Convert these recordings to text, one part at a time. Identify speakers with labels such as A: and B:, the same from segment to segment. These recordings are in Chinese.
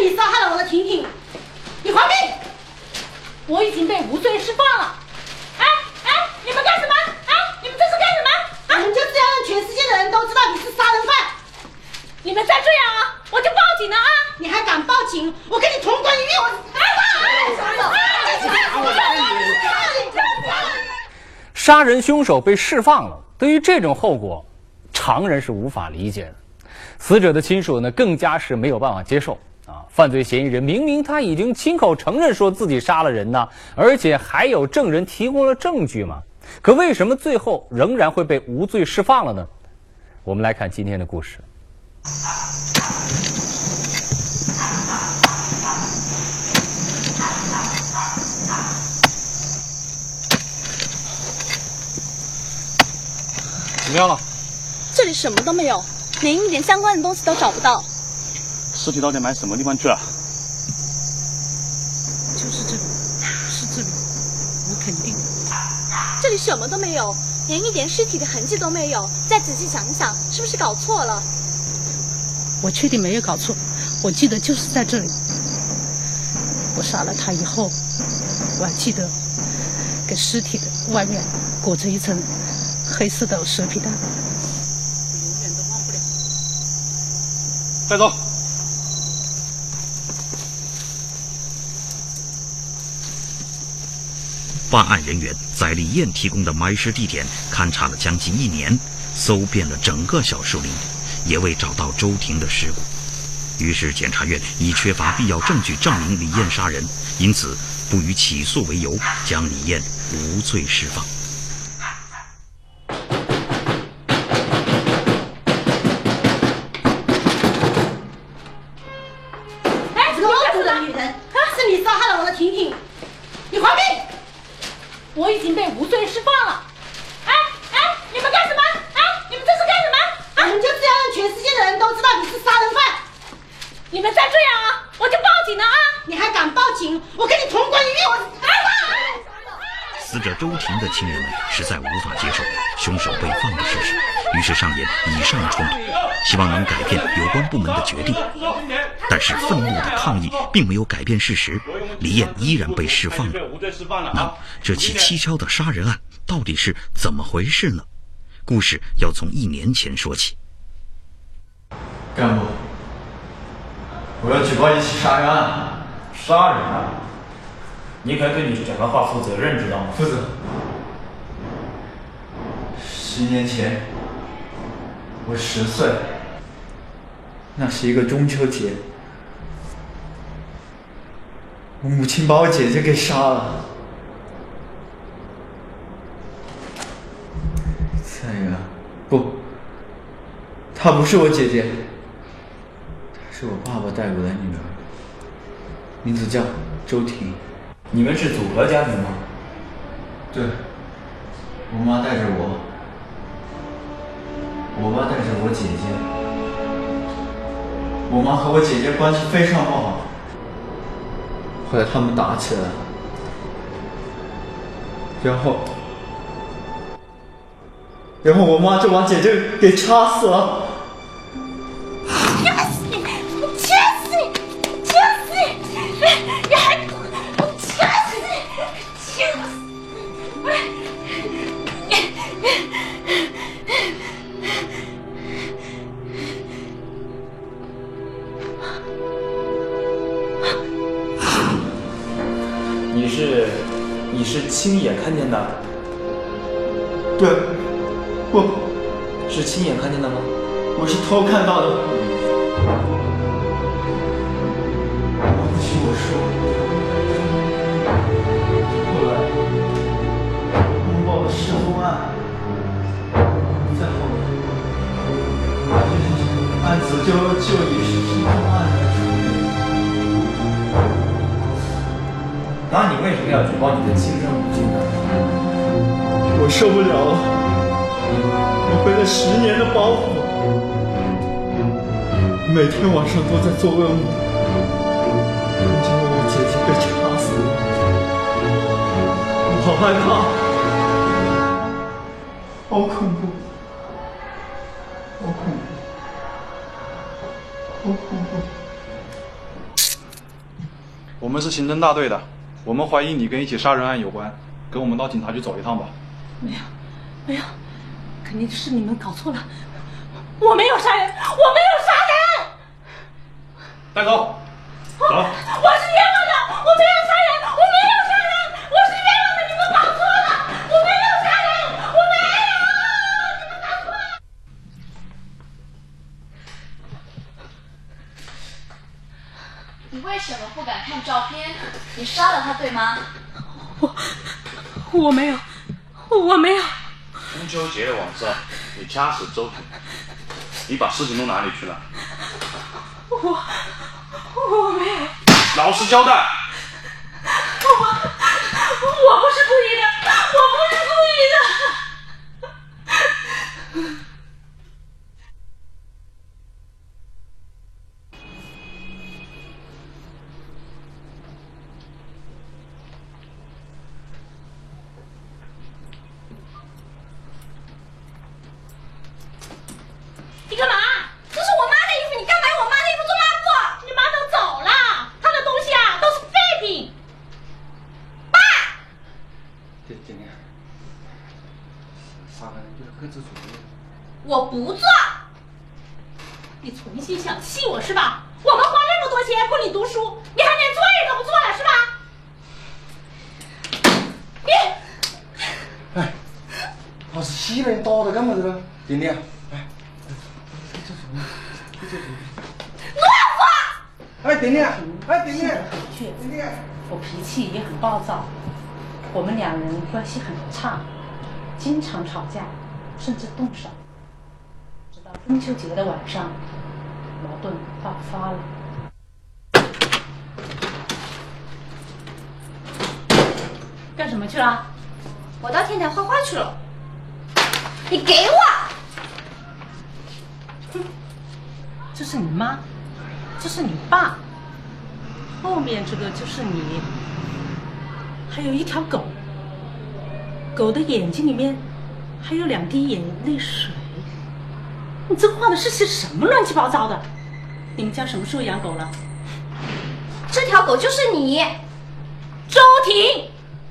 A: 你杀害了我的婷婷，你还命！我已经被无罪释放了。哎，你们干什么？你们这是干什么？我们就是要让全世界的人都知道你是杀人犯。你们再这样啊，我就报警了啊！你还敢报警？我跟你同归于尽！
B: 杀人凶手被释放了，对于这种后果，常人是无法理解的。死者的亲属呢，更加是没有办法接受啊！犯罪嫌疑人明明他已经亲口承认说自己杀了人呢，而且还有证人提供了证据嘛，可为什么最后仍然会被无罪释放了呢？我们来看今天的故事。
C: 怎么样了？
D: 这里什么都没有，连一点相关的东西都找不到。
C: 尸体到底埋什么地方去了？
E: 就是这里，是这里，我肯定。
D: 这里什么都没有，连一点尸体的痕迹都没有。再仔细想一想，是不是搞错了？
E: 我确定没有搞错，我记得就是在这里。我杀了他以后，我还记得给尸体的外面裹着一层黑色的蛇皮袋，我永远都忘不了。
C: 带走。
F: 办案人员在李艳提供的埋尸地点勘察了将近1年，搜遍了整个小树林，也未找到周婷的尸骨。于是检察院以缺乏必要证据证明李艳杀人，因此不予起诉为由，将李艳无罪释放。
A: 你杀害了我的婷婷，你还命！我已经被无罪释放了。你们干什么？你们这是干什么？我们就是要让全世界的人都知道你是杀人犯。你们再这样啊，我就报警了啊！你还敢报警？我跟你同归于尽！
F: 死者周婷的亲人们实在无法接受凶手被放的事实，于是上演以上冲突，希望能改变有关部门的决定。但是愤怒的抗议并没有改变事实，李艳依然被释放了。那么这起蹊跷的杀人案到底是怎么回事呢？故事要从1年前说起。
G: 干部，我要举报一起杀人案。
H: 杀人案？你可要对你讲的话负责任，知道吗？
G: 负责。10年前，我10岁，那是一个中秋节，我母亲把我姐姐给杀了。再一个，不，她不是我姐姐，她是我爸爸带过来女儿，名字叫周婷。
H: 你们是组合家庭吗？
G: 对，我妈带着我，我爸带着我姐姐。我妈和我姐姐关系非常不好，后来他们打起来了，然后我妈就把姐姐给掐死了。
H: 你是亲眼看见的？
G: 对，我
H: 是亲眼看见的吗？
G: 我是偷看到的。我不许我说。后来，通报了失踪案，在后面，案子就以失踪案来处理。
H: 那你为什么要举报你的亲生母亲呢？
G: 我受不了了，我背了10年的包袱，每天晚上都在做噩梦，梦见我姐姐被掐死了，我好害怕，好恐怖，好恐怖，好恐怖。
C: 们是刑侦大队的，我们怀疑你跟一起杀人案有关，跟我们到警察局走一趟吧。
A: 没有，肯定是你们搞错了，我没有杀人，我没有杀人。
C: 带走，走。
A: 我是冤枉的，我没有杀人，我没有杀人，我是冤枉的，你们搞错了，我没有杀人，我没有，你们搞错了。
D: 你为什么不敢看照片？你杀了他，对吗？
A: 我没有。
C: 中秋节的晚上，你掐死周婷，你把尸体弄哪里去了？
A: 我没有。
C: 老实交代。
A: 我不是故意的，我不是故意的。你干嘛？这是我妈的衣服，你干嘛用我妈的衣服做抹布？你妈都走了，她的东西啊都是废品。爸，
G: 今天杀人就是各自主义。
A: 我不做。你存心想气我是吧？我们花那么多钱供你读书，你还连作业都不做了是吧？你，
G: 哎，老是洗了，你倒着干嘛去了？丁丁，哎，
A: 乱说！
G: 哎，丁丁，哎，丁丁，
E: 丁丁，我脾气也很暴躁，我们两人关系很差，经常吵架，甚至动手。直到中秋节的晚上，矛盾爆发了。干什么去了？
D: 我到天台画画去了。你给我！
E: 这是你妈，这是你爸，后面这个就是你，还有一条狗，狗的眼睛里面还有2滴眼泪水。你这画的是些什么乱七八糟的？你们家什么时候养狗了？
D: 这条狗就是你，
A: 周婷。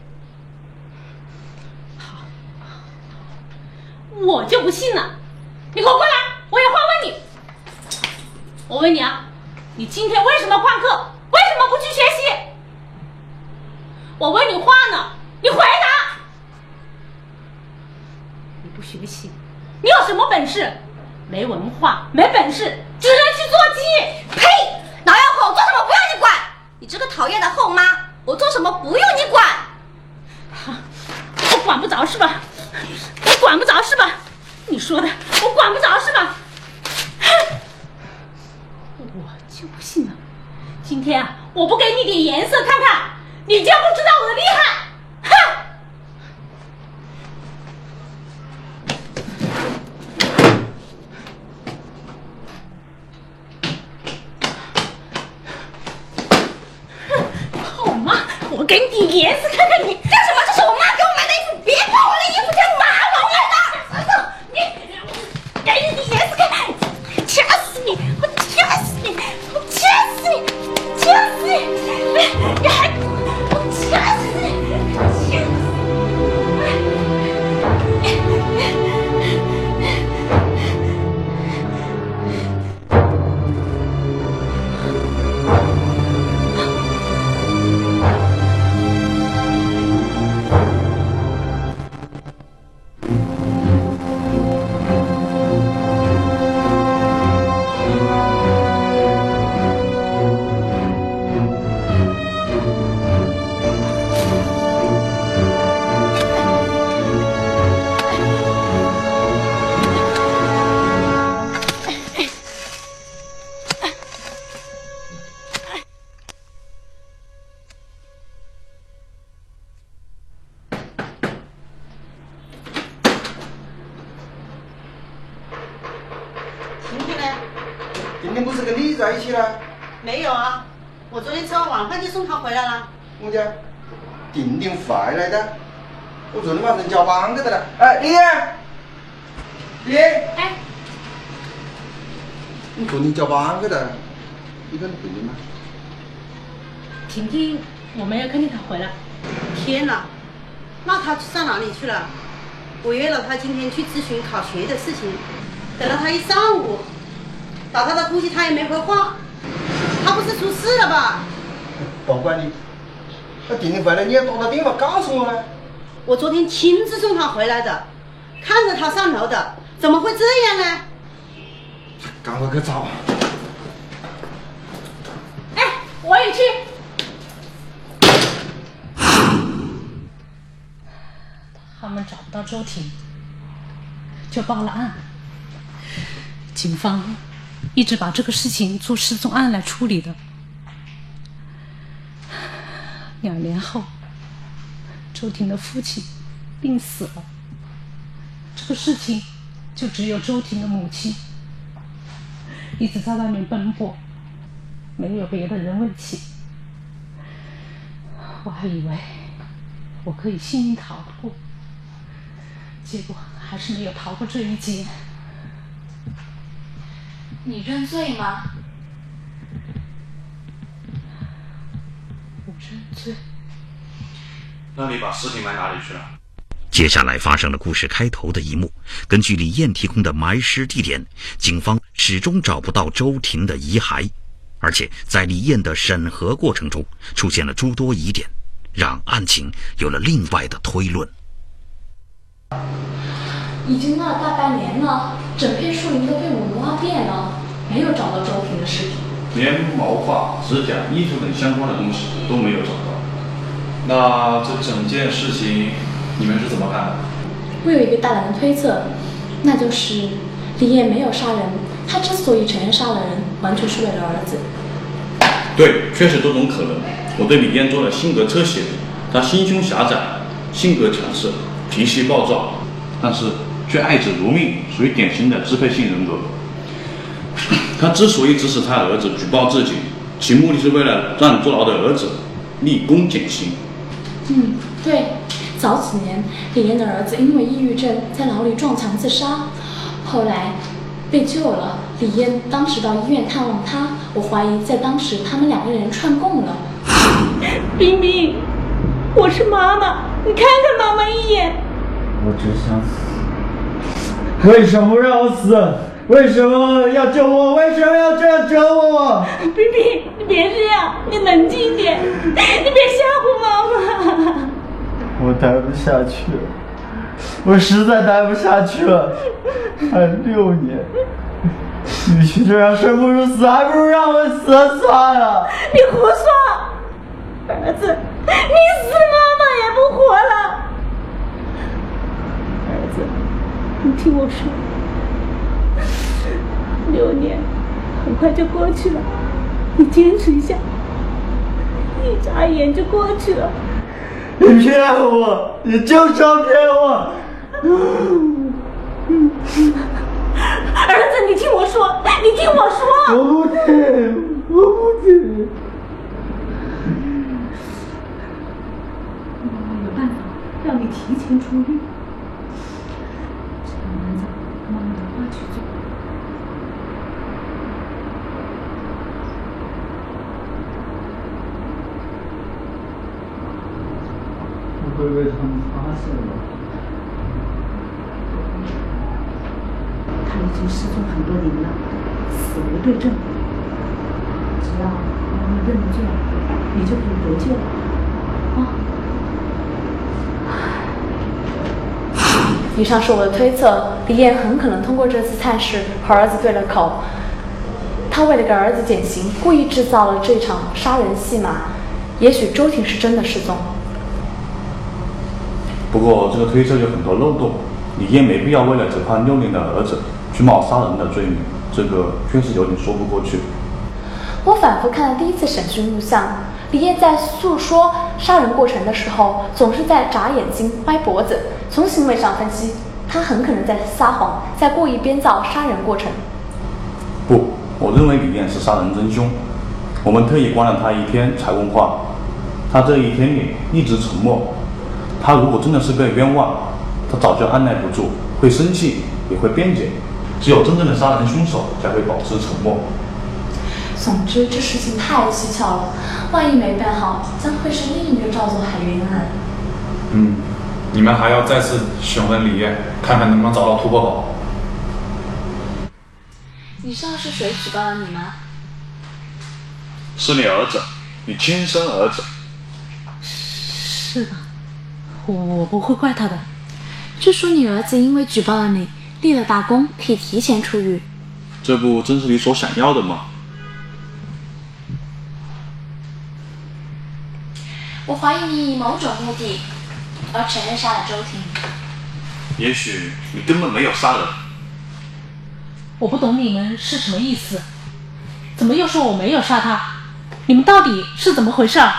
A: 我就不信了，你给我过来，我有话问你。我问你啊，你今天为什么旷课？为什么不去学习？我问你话呢，你回答。你不学习，你有什么本事？没文化，没本事，只能去做鸡。
D: 呸！老妖婆，我做什么不用你管？你这个讨厌的后妈，我做什么不用你管？
A: 我管不着是吧？我管不着是吧？你说的我管不着是吧？我就不信了，今天啊，我不给你点颜色看看，你就不知道我的厉害！哼！好妈，我给你点颜色看看你干什么？这是我妈给我买的衣服，别碰我的衣服，叫马龙来的！你给你点颜色看看，掐死你！我掐死你！我掐死你！掐死你！你还我掐死你！掐死你！
G: 今天不是跟你在一起了？
I: 没有啊，我昨天吃完晚饭就送他回来了。
G: 我讲，丁丁回来的，我昨天晚上加班去的了。哎，丁丁，
A: 哎，
G: 你昨天加班去的，你看丁丁吗？
E: 婷婷婷，我没有看见她回来。
I: 天哪，那他上哪里去了？我约了他今天去咨询考学的事情，等了他一上午，打他的呼吸他也没回话，他不是出事了吧？
G: 保管你，那婷婷回来你也打个电话告诉我呢。
I: 我昨天亲自送他回来的，看着他上楼的，怎么会这样呢？
G: 赶快去找。
A: 哎，我也去。
E: 他们找不到周婷，就报了案。警方一直把这个事情做失踪案来处理的。2年后，周婷的父亲病死了，这个事情就只有周婷的母亲一直在外面奔波，没有别的人问起。我还以为我可以幸运逃过，结果还是没有逃过这一劫。
D: 你认罪吗？
E: 我认罪。
H: 那你把尸体埋哪里去了？
F: 接下来发生了故事开头的一幕。根据李艳提供的埋尸地点，警方始终找不到周婷的遗骸，而且在李艳的审核过程中出现了诸多疑点，让案情有了另外的推论。
D: 已经挖了大半年了，整片树林都被我们挖遍了，没有找到周婷的尸体。
C: 连毛发、指甲、衣服等相关的东西都没有找到。那这整件事情你们是怎么看的？
D: 我有一个大胆的推测，那就是李艳没有杀人，她之所以承认杀了人，完全是为了儿子。
H: 对，确实多种可能。我对李艳做了性格侧写，她心胸狭窄，性格强势，脾气暴躁，但是却爱子如命，属于典型的支配性人格。她之所以指使她儿子举报自己，其目的是为了让坐牢的儿子立功减刑。
D: 对，早几年李艳的儿子因为抑郁症在牢里撞墙自杀，后来被救了。李艳当时到医院探望他，我怀疑在当时他们2个人串供了。
A: 冰冰，我是妈妈，你看看妈妈一眼。
G: 我只想死，为什么让我死？为什么要救我？为什么要这样折磨我？
A: 冰冰，你别这样，你冷静一点，你别吓唬妈妈。
G: 我待不下去了，我实在待不下去了。还6年，与其这样生不如死，还不如让我死了算了。
A: 你胡说，儿子，你死妈妈也不活了。儿子，你听我说，6年很快就过去了，你坚持一下，一眨眼就过去了。
G: 你骗我，你就是要骗我！
A: 儿子，你听我说，你听我说。
G: 我不听，我不听。
A: 妈妈有办法让你提前出狱，只要按照妈妈的话去做。
G: 会被他们发现了。
A: 他已经失踪很多年了，死无对证。只要妈妈认了罪，你就可以得救了。
D: 以上是我的推测，李艳很可能通过这次探视和儿子对了口。他为了给儿子减刑，故意制造了这场杀人戏码。也许周婷是真的失踪。
H: 不过这个推测有很多漏洞，李艳没必要为了只判6年的儿子去冒杀人的罪名，这个确实有点说不过去。
D: 我反复看了第1次审讯录像，李艳在诉说杀人过程的时候，总是在眨眼睛、歪脖子。从行为上分析，他很可能在撒谎，在故意编造杀人过程。
H: 不，我认为李艳是杀人真凶。我们特意关了他1天才问话，他这1天里一直沉默。他如果真的是被冤枉，他早就按耐不住，会生气，也会辩解。只有真正的杀人凶手才会保持沉默。
D: 总之，这事情太蹊跷了，万一没办好，将会是另一个赵总海冤案。
C: 你们还要再次询问李艳，看看能不能找到突破口。
D: 你知道是谁举报了你吗？
H: 是你儿子，你亲生儿子。
D: 是的，我不会怪他的。据说你儿子因为举报了你，立了大功，可以提前出狱。
H: 这不正是你所想要的吗？
D: 我怀疑你以某种目的而承认杀了周婷。
H: 也许你根本没有杀人。
E: 我不懂你们是什么意思？怎么又说我没有杀他？你们到底是怎么回事？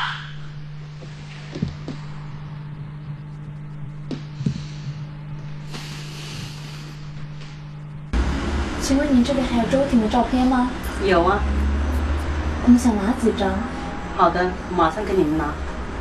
D: 请问您这边还有周婷的照片吗？
I: 有啊。
D: 我们想拿几张？
I: 好的，马上给你们拿。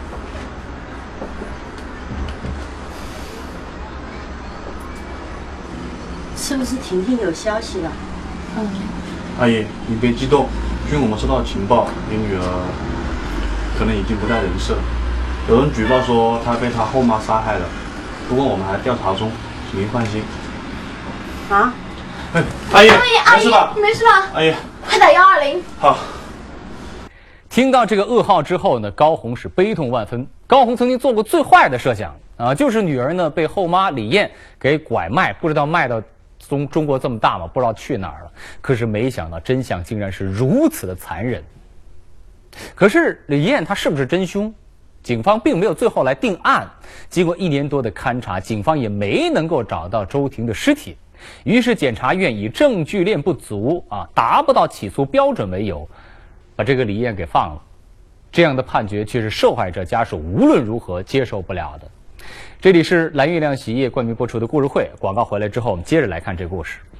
I: 是不是婷婷有消息了？
C: 阿姨，你别激动。据我们收到的情报，你女儿可能已经不在人世了。有人举报说她被她后妈杀害了，不过我们还在调查中，请您放心。
I: 啊？
C: 阿姨，没事吧？
D: 你没事吧？
C: 阿姨，
D: 快打120。
C: 好。
B: 听到这个噩耗之后呢，高红是悲痛万分。高红曾经做过最坏的设想啊，就是女儿呢被后妈李艳给拐卖，不知道卖到中国这么大嘛，不知道去哪儿了。可是没想到真相竟然是如此的残忍。可是李艳她是不是真凶？警方并没有最后来定案。经过1年多的勘查，警方也没能够找到周婷的尸体。于是检察院以证据链不足达不到起诉标准为由，把这个李艳给放了。这样的判决却是受害者家属无论如何接受不了的。这里是蓝月亮洗衣液冠名播出的故事会，广告回来之后，我们接着来看这个故事。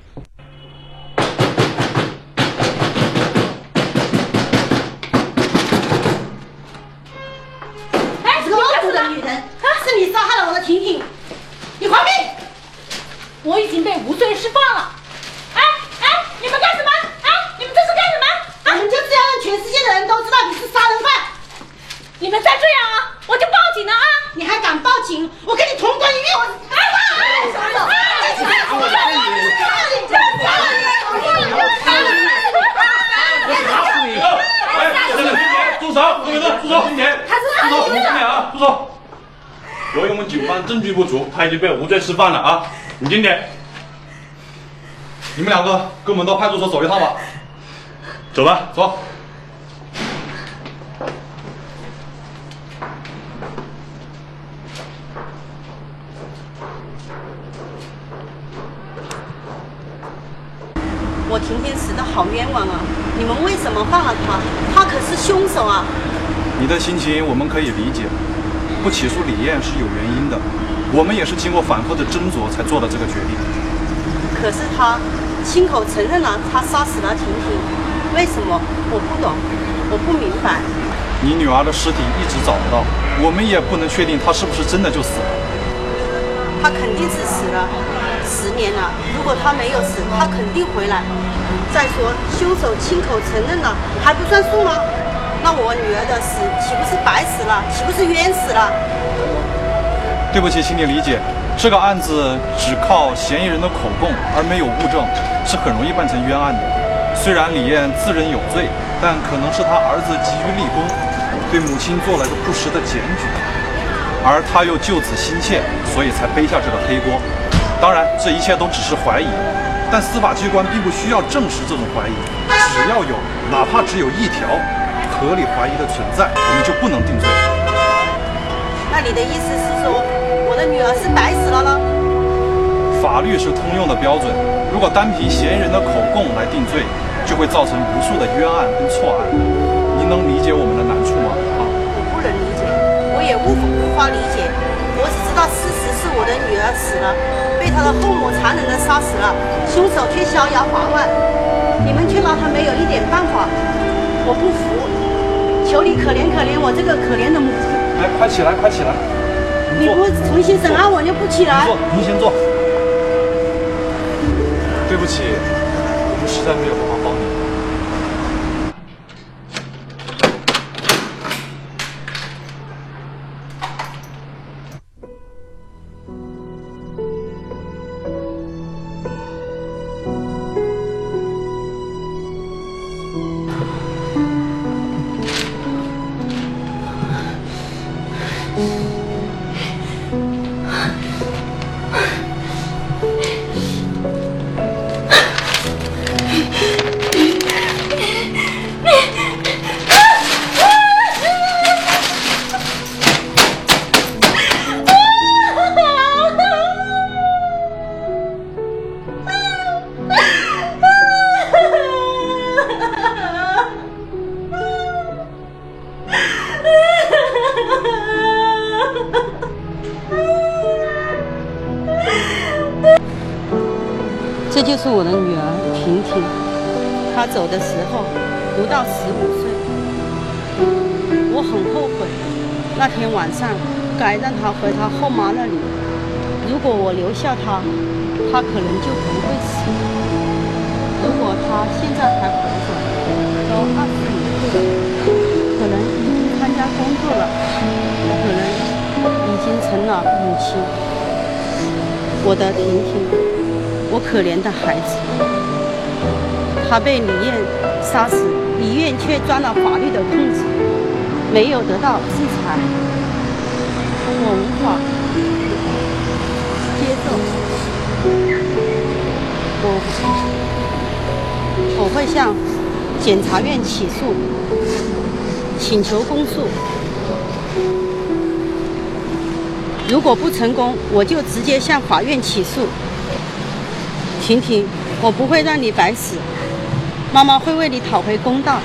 A: 哎，恶毒的女人，是你杀害了我的婷婷，你还命！我已经被无罪释放了。哎，你们干什么？你们这是干什么？我们就是要让全世界的人都知道你是杀人犯。你们再这样我就报警了啊！你还敢报警？我跟你同滚一命！
H: 住手！各位都住手！今天住手！由于我们警方证据不足，他已经被无罪释放了啊！你今天，你们2个跟我们到派出所走一趟吧。走吧，走。
I: 我婷婷死得好冤枉啊！你们为什么放了她？她可是凶手啊！
C: 你的心情我们可以理解，不起诉李艳是有原因的，我们也是经过反复的斟酌才做的这个决定。
I: 可是她亲口承认了，她杀死了婷婷，为什么？我不懂，我不明白。
C: 你女儿的尸体一直找不到，我们也不能确定她是不是真的就死了。
I: 她肯定是死了，10年了，如果她没有死，她肯定回来。再说，凶手亲口承认了，还不算数吗？那我女儿的死岂不是白死了？岂不是冤死了？
C: 对不起，请你理解，这个案子只靠嫌疑人的口供而没有物证，是很容易办成冤案的。虽然李艳自认有罪，但可能是她儿子急于立功，对母亲做了个不实的检举，而她又救子心切，所以才背下这个黑锅。当然，这一切都只是怀疑，但司法机关并不需要证实这种怀疑，只要有哪怕只有1条合理怀疑的存在，我们就不能定罪。
I: 那你的意思是说，我的女儿是白死了呢？
C: 法律是通用的标准，如果单凭嫌疑人的口供来定罪，就会造成无数的冤案跟错案。您能理解我们的难处吗？
I: 我不能理解，我也无法理解。我只知道事实是我的女儿死了，被她的后母残忍地杀死了，凶手却逍遥法外，你们却拿他没有一点办法。我不服，求你可怜可怜我这个可怜的母亲。
C: 来，快起来，快起来！
I: 你不重新审案，我就不起来。
C: 您先坐。对不起，我们实在没有办法帮你。
I: 婷，她走的时候不到15岁，我很后悔那天晚上该让她回她后妈那里。如果我留下她，她可能就不会死。如果她现在还活着，都25岁了，可能已经参加工作了，可能已经成了母亲。我的婷婷，我可怜的孩子，她被李艳杀死，李艳却钻了法律的空子，没有得到制裁，我无法接受。我会向检察院起诉，请求公诉。如果不成功，我就直接向法院起诉。婷婷，我不会让你白死，妈妈会为你讨回公道。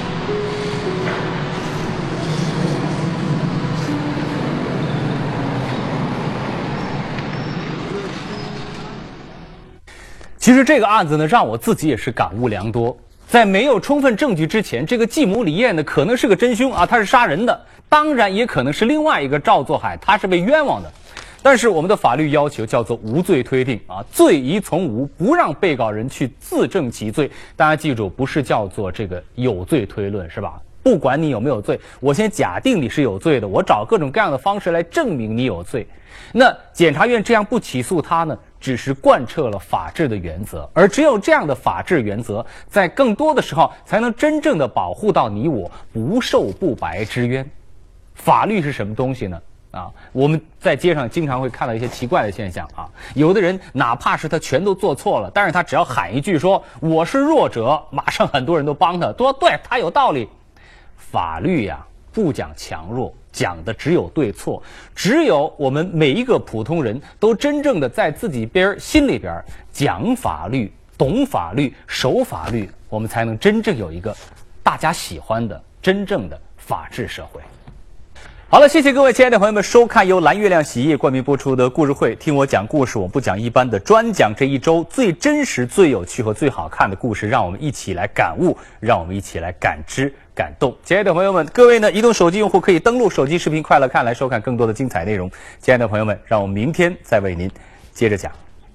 B: 其实这个案子呢，让我自己也是感悟良多。在没有充分证据之前，这个继母李艳呢，可能是个真凶啊，他是杀人的，当然也可能是另外一个赵作海，他是被冤枉的。但是我们的法律要求叫做无罪推定啊，罪疑从无，不让被告人去自证其罪。大家记住，不是叫做这个有罪推论，是吧？不管你有没有罪，我先假定你是有罪的，我找各种各样的方式来证明你有罪。那检察院这样不起诉他呢，只是贯彻了法治的原则，而只有这样的法治原则，在更多的时候才能真正的保护到你我不受不白之冤。法律是什么东西呢？我们在街上经常会看到一些奇怪的现象啊，有的人哪怕是他全都做错了，但是他只要喊一句说我是弱者，马上很多人都帮他，都说对，他有道理。法律呀，不讲强弱，讲的只有对错，只有我们每一个普通人都真正的在自己心里边讲法律、懂法律、守法律，我们才能真正有一个大家喜欢的真正的法治社会。好了，谢谢各位亲爱的朋友们收看由蓝月亮洗衣液冠名播出的故事会，听我讲故事，我不讲一般的，专讲这一周最真实、最有趣和最好看的故事，让我们一起来感悟，让我们一起来感知、感动。亲爱的朋友们，各位呢，移动手机用户可以登录手机视频快乐看来收看更多的精彩内容。亲爱的朋友们，让我们明天再为您接着讲。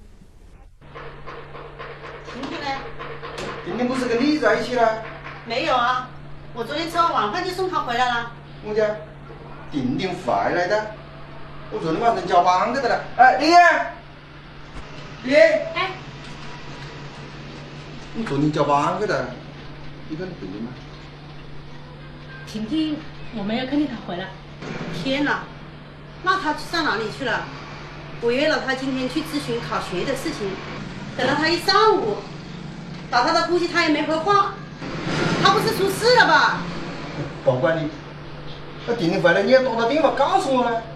I: 婷婷呢？
G: 婷婷不是跟你在一起了？
I: 没有啊，我昨天吃完晚饭就送她回来了。
G: 我讲婷婷回来的，我昨天晚上交班给她了。哎，李艳，李艳，
A: 哎，
G: 你昨天交班给她，你看婷婷吗？
A: 婷婷，我没有看见她回来。
I: 天哪，那她上哪里去了？我约了她今天去咨询考学的事情，等了她一上午，打她的呼吸她也没回话，她不是出事了吧？
G: 保管你，那婷婷回来你要打个电话告诉我呢。